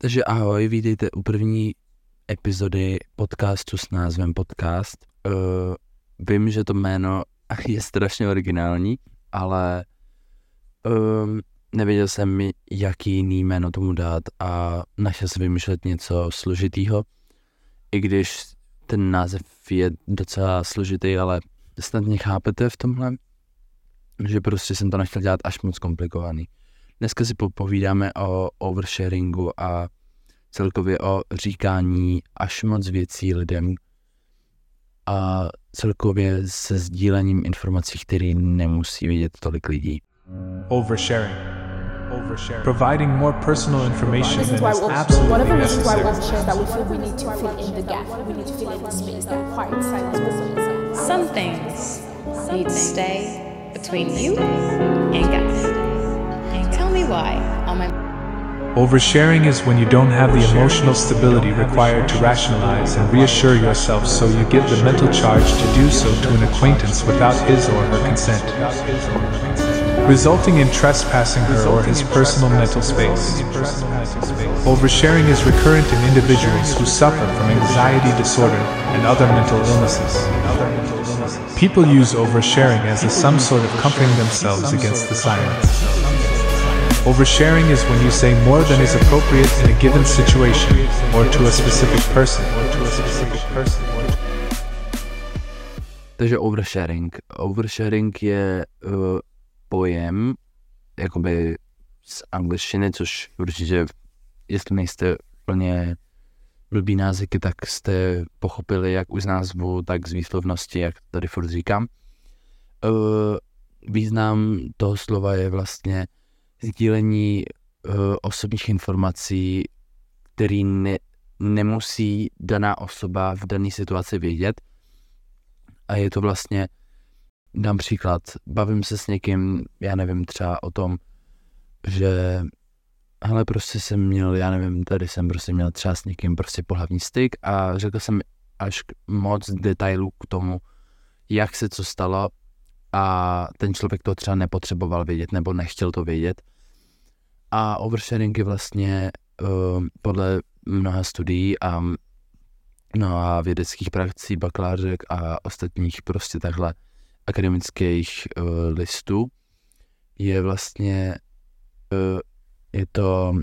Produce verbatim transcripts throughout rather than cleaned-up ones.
Takže ahoj, vítejte u první epizody podcastu s názvem Podcast. Uh, vím, že to jméno je strašně originální, ale um, nevěděl jsem, jaký jiný jméno tomu dát a našel jsem vymýšlet něco složitýho. I když ten název je docela složitý, ale snad mě chápete v tomhle, že prostě jsem to nechtěl dělat až moc komplikovaný. Dneska si popovídáme o oversharingu a celkově o říkání až moc věcí lidem a celkově se sdílením informací, které nemusí vidět tolik lidí. Oversharing. Oversharing. Providing more personal information than is absolutely necessary. Some things need to stay between you and God. Tell me why on my Oversharing is when you don't have the emotional stability required to rationalize and reassure yourself, so you give the mental charge to do so to an acquaintance without his or her consent, resulting in trespassing her or his personal mental space. Oversharing is recurrent in individuals who suffer from anxiety disorder and other mental illnesses. People use oversharing as a some sort of comforting themselves against the silence. Oversharing is when you say more than is appropriate in a given situation or to a specific person. Takže oversharing. Oversharing je uh, pojem jakoby z angličtiny, což určitě, jestli nejste plně blbý názyky, tak jste pochopili jak už z názvu, tak z výslovnosti, jak tady furt říkám. Uh, význam toho slova je vlastně sdílení uh, osobních informací, který ne, nemusí daná osoba v dané situaci vědět. A je to vlastně, dám příklad, bavím se s někým, já nevím, třeba o tom, že hele, prostě jsem měl, já nevím, tady jsem prostě měl třeba s někým prostě pohlavní styk a řekl jsem až moc detailů k tomu, jak se co stalo a ten člověk to třeba nepotřeboval vědět nebo nechtěl to vědět. A oversharing je vlastně uh, podle mnoha studií a mnoha vědeckých praxí, bakalářek a ostatních prostě takhle akademických uh, listů je vlastně uh, je to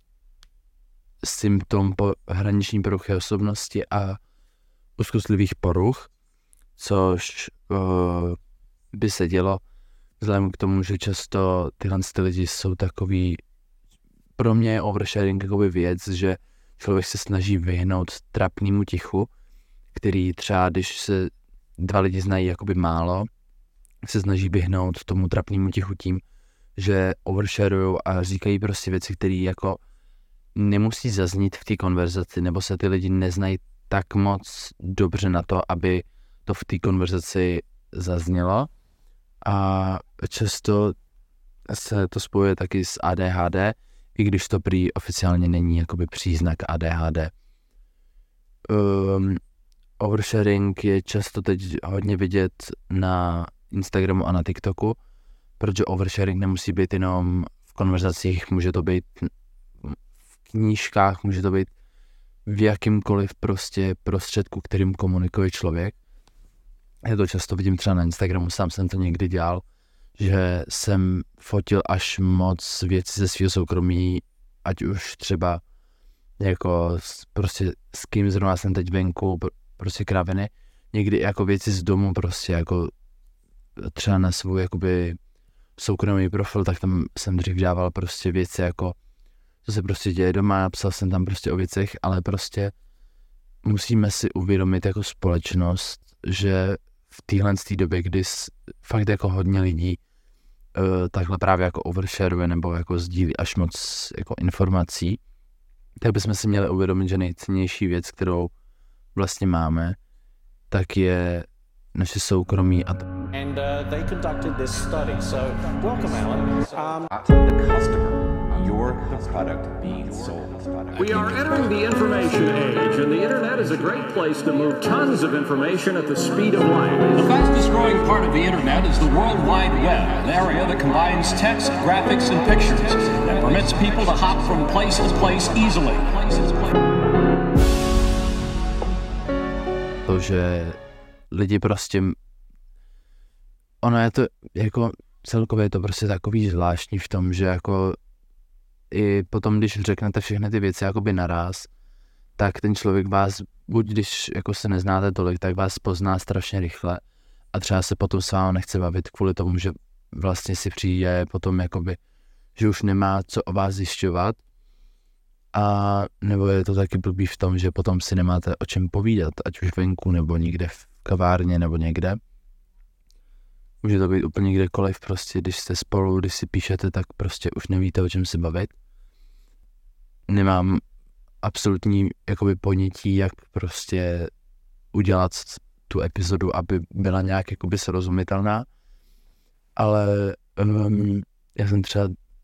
symptom po hraniční poruchy osobnosti a úzkostlivých poruch, což uh, by se dělo vzhledem k tomu, že často tyhle ty lidi jsou takový. Pro mě je oversharing jakoby věc, že člověk se snaží vyhnout trapnému tichu, který třeba, když se dva lidi znají jakoby málo, se snaží vyhnout tomu trapnému tichu tím, že oversharujou a říkají prostě věci, které jako nemusí zaznít v té konverzaci, nebo se ty lidi neznají tak moc dobře na to, aby to v té konverzaci zaznělo. A často se to spojuje taky s A D H D, i když to prý oficiálně není jakoby příznak A D H D. Um, oversharing je často teď hodně vidět na Instagramu a na TikToku, protože oversharing nemusí být jenom v konverzacích, může to být v knížkách, může to být v jakýmkoliv prostě prostředku, kterým komunikuje člověk. Já to často vidím třeba na Instagramu, sám jsem to někdy dělal, že jsem fotil až moc věcí ze svého soukromí, ať už třeba jako prostě s kým zrovna jsem teď venku, prostě kraviny, někdy jako věci z domu prostě jako třeba na svůj jakoby soukromý profil, tak tam jsem dřív dával prostě věci jako co se prostě děje doma, napsal jsem tam prostě o věcech, ale prostě musíme si uvědomit jako společnost, že v téhle době, kdy fakt jako hodně lidí uh, takhle právě jako oversharuje nebo jako sdílí až moc jako informací, tak bychom si měli uvědomit, že nejcennější věc, kterou vlastně máme, tak je naše soukromí a t- And uh, they conducted this study. So, welcome, Alan. Um, The customer You're the product being sold. We are entering the information age, and the internet is a great place to move tons of information at the speed of light. The fastest growing part of the internet is the World Wide Web, an area that combines text, graphics, and pictures, and permits people to hop from place to place easily. To, že lidi prostě, ono je to jako celkově je to prostě takový zvláštní v tom, že jako i potom, když řeknete všechny ty věci jakoby naraz, tak ten člověk vás, buď když jako se neznáte tolik, tak vás pozná strašně rychle a třeba se potom s vámi nechce bavit kvůli tomu, že vlastně si přijde potom jakoby, že už nemá co o vás zjišťovat, a nebo je to taky blbý v tom, že potom si nemáte o čem povídat, ať už venku nebo někde v kavárně nebo někde. Může to být úplně kdekoliv, prostě když jste spolu, když si píšete, tak prostě už nevíte, o čem se bavit. Nemám absolutní jakoby ponětí, jak prostě udělat tu epizodu, aby byla nějak jakoby srozumitelná, ale um, já jsem třeba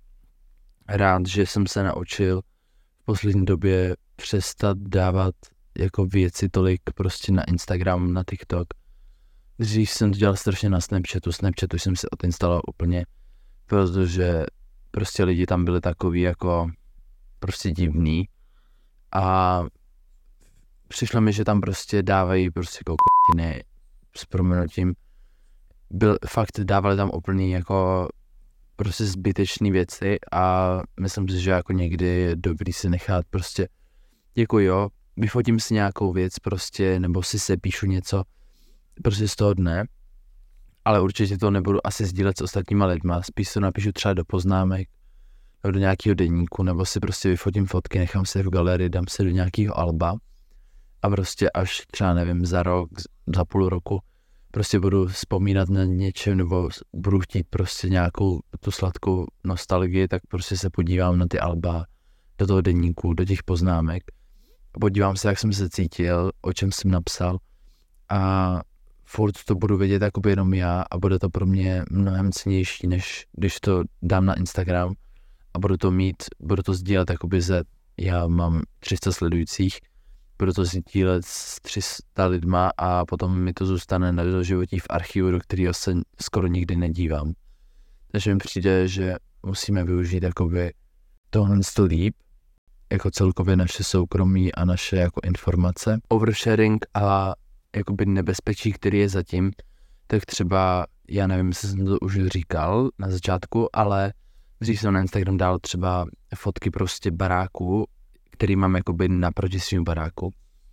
rád, že jsem se naučil v poslední době přestat dávat jako věci tolik prostě na Instagram, na TikTok. Dřív jsem to dělal strašně na Snapchatu, Snapchatu jsem si odinstaloval úplně, protože prostě lidi tam byli takový jako prostě divný a přišlo mi, že tam prostě dávají prostě kokotiny s proměnutím. Byl, fakt dávali tam úplně jako prostě zbytečné věci a myslím si, že jako někdy je dobrý si nechat prostě, jako jo, vyfotím si nějakou věc prostě, nebo si se píšu něco prostě z toho dne, ale určitě to nebudu asi sdílet s ostatníma lidma, spíš to napíšu třeba do poznámek, nebo do nějakého deníku, nebo si prostě vyfotím fotky, nechám si v galerii, dám si do nějakého alba a prostě až třeba nevím, za rok, za půl roku prostě budu vzpomínat na něčem, nebo budu chtít prostě nějakou tu sladkou nostalgii, tak prostě se podívám na ty alba, do toho deníku, do těch poznámek a podívám se, jak jsem se cítil, o čem jsem napsal a furt to budu vědět jakoby jenom já a bude to pro mě mnohem cennější, než když to dám na Instagram a budu to mít, budu to sdílet jakoby ze, já mám tři sta sledujících, budu to sdílet s tři sta lidma a potom mi to zůstane na doživotí v archivu, do kterého se skoro nikdy nedívám. Takže mi přijde, že musíme využít jakoby tohle líp, jako celkově naše soukromí a naše jako informace. Oversharing a jakoby nebezpečí, který je zatím, tak třeba, já nevím, jestli jsem to už říkal na začátku, ale dřív jsem na Instagram dal třeba fotky prostě baráků, který mám jakoby naproti svým baráku.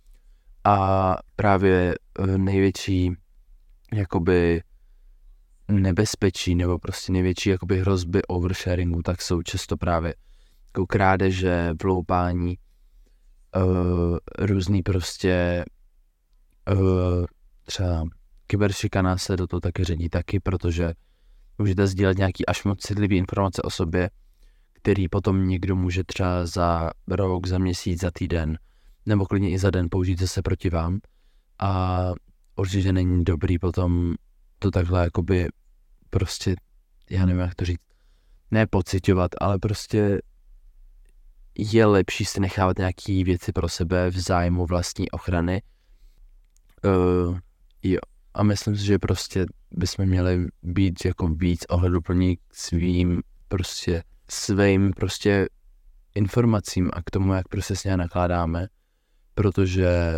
A právě největší jakoby nebezpečí nebo prostě největší jakoby hrozby oversharingu, tak jsou často právě jako krádeže, vloupání, uh, různý prostě uh, třeba kyberšikana se do toho taky řadí taky, protože můžete sdílet nějaký až moc citlivý informace o sobě, který potom někdo může třeba za rok, za měsíc, za týden, nebo klidně i za den použít zase proti vám. A určitě není dobrý potom to takhle jakoby prostě, já nevím, jak to říct, ne pociťovat, ale prostě je lepší si nechávat nějaký věci pro sebe v zájmu vlastní ochrany. Uh, jo. A myslím si, že prostě bychom měli být jako víc ohleduplní k svým prostě svým prostě informacím a k tomu, jak prostě s ně nakládáme, protože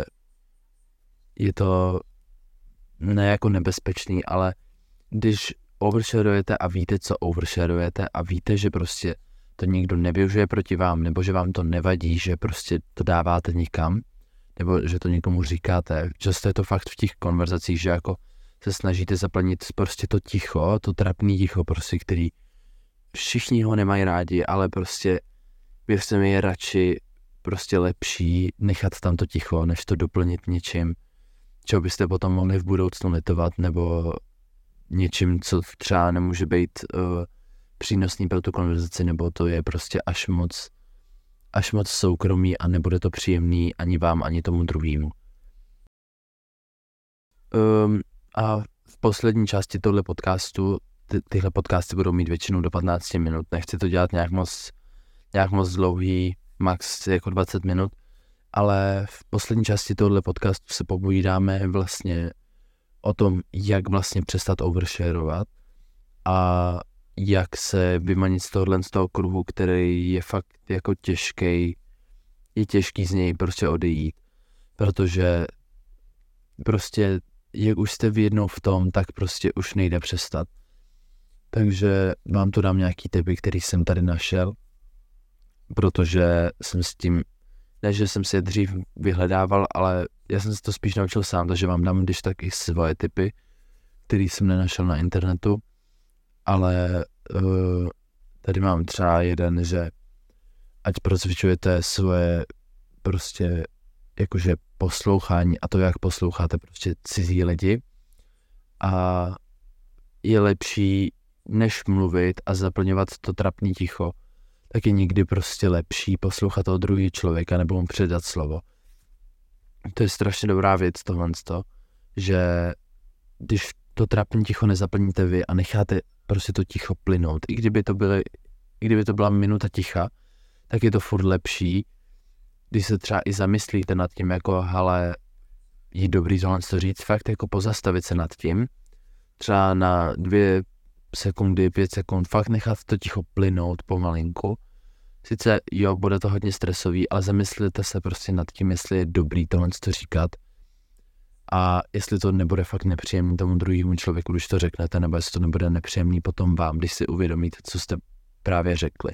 je to ne jako nebezpečný, ale když oversharujete a víte, co oversharujete a víte, že prostě to někdo nevyužije proti vám, nebo že vám to nevadí, že prostě to dáváte nikam, nebo že to někomu říkáte. Často je to fakt v těch konverzacích, že jako se snažíte zaplnit prostě to ticho, to trapný ticho, prostě, který všichni ho nemají rádi, ale prostě věřte mi, je radši prostě lepší nechat tam to ticho, než to doplnit něčím, čeho byste potom mohli v budoucnu litovat, nebo něčím, co třeba nemůže být uh, přínosný pro tu konverzaci, nebo to je prostě až moc až moc soukromý a nebude to příjemný ani vám, ani tomu druhému. Um, a v poslední části tohle podcastu, ty, tyhle podcasty budou mít většinou do patnáct minut, nechci to dělat nějak moc, nějak moc dlouhý, max jako dvacet minut, ale v poslední části tohoto podcastu se popovídáme vlastně o tom, jak vlastně přestat overshareovat a jak se vymanit z tohohle z toho kruhu, který je fakt jako těžký, je těžký z něj prostě odejít, protože prostě jak už jste v jednou v tom, tak prostě už nejde přestat. Takže vám tu dám nějaký tipy, který jsem tady našel, protože jsem s tím, ne, že jsem si je dřív vyhledával, ale já jsem se to spíš naučil sám, takže vám dám když tak i svoje tipy, který jsem nenašel na internetu, ale uh, tady mám třeba jeden, že ať procvičujete svoje prostě jakože poslouchání a to, jak posloucháte prostě cizí lidi a je lepší, než mluvit a zaplňovat to trapný ticho, tak je někdy prostě lepší poslouchat toho druhého člověka nebo mu předat slovo. To je strašně dobrá věc tohle, že když to trapný ticho nezaplníte vy a necháte prostě to ticho plynout, i kdyby to, byly, i kdyby to byla minuta ticha, tak je to furt lepší, když se třeba i zamyslíte nad tím, jako hele, je dobrý tohle to říct, fakt jako pozastavit se nad tím, třeba na dvě sekundy, pět sekund, fakt nechat to ticho plynout pomalinku. Sice jo, bude to hodně stresový, ale zamyslete se prostě nad tím, jestli je dobrý tohle to říkat a jestli to nebude fakt nepříjemný tomu druhému člověku, když to řeknete, nebo jestli to nebude nepříjemný potom vám, když si uvědomíte, co jste právě řekli.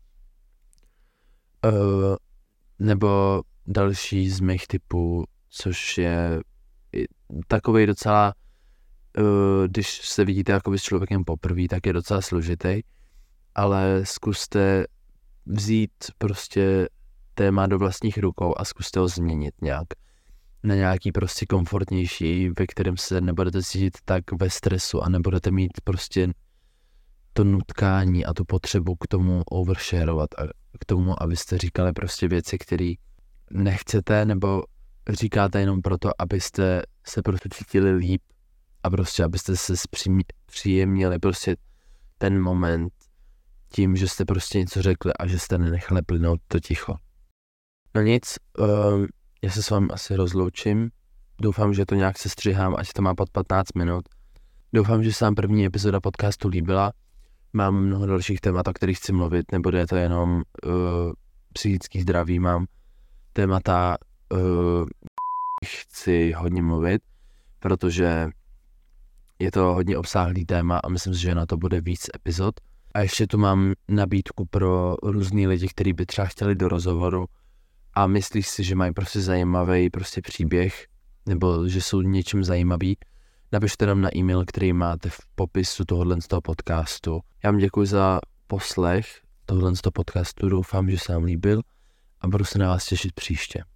Uh, nebo další z mých typů, což je takovej docela, uh, když se vidíte jakoby s člověkem poprvé, tak je docela složitý, ale zkuste vzít prostě téma do vlastních rukou a zkuste ho změnit nějak na nějaký prostě komfortnější, ve kterém se nebudete cítit tak ve stresu a nebudete mít prostě to nutkání a tu potřebu k tomu overshareovat a k tomu, abyste říkali prostě věci, které nechcete, nebo říkáte jenom proto, abyste se prostě cítili líp a prostě abyste se příjemnili prostě ten moment tím, že jste prostě něco řekli a že jste nenechali plynout to ticho. No nic, um, já se s vámi asi rozloučím. Doufám, že to nějak sestřihám, ať to má pod patnáct minut. Doufám, že se vám první epizoda podcastu líbila. Mám mnoho dalších témat, o kterých chci mluvit, nebude to jenom uh, psychický zdraví, mám témata, uh, chci hodně mluvit, protože je to hodně obsáhlý téma a myslím si, že na to bude víc epizod. A ještě tu mám nabídku pro různý lidi, kteří by třeba chtěli do rozhovoru a myslíš si, že mají prostě zajímavý prostě příběh, nebo že jsou něčím zajímavý, napište nám na e-mail, který máte v popisu tohohle z toho podcastu. Já vám děkuji za poslech tohohle z toho podcastu, doufám, že se vám líbil a budu se na vás těšit příště.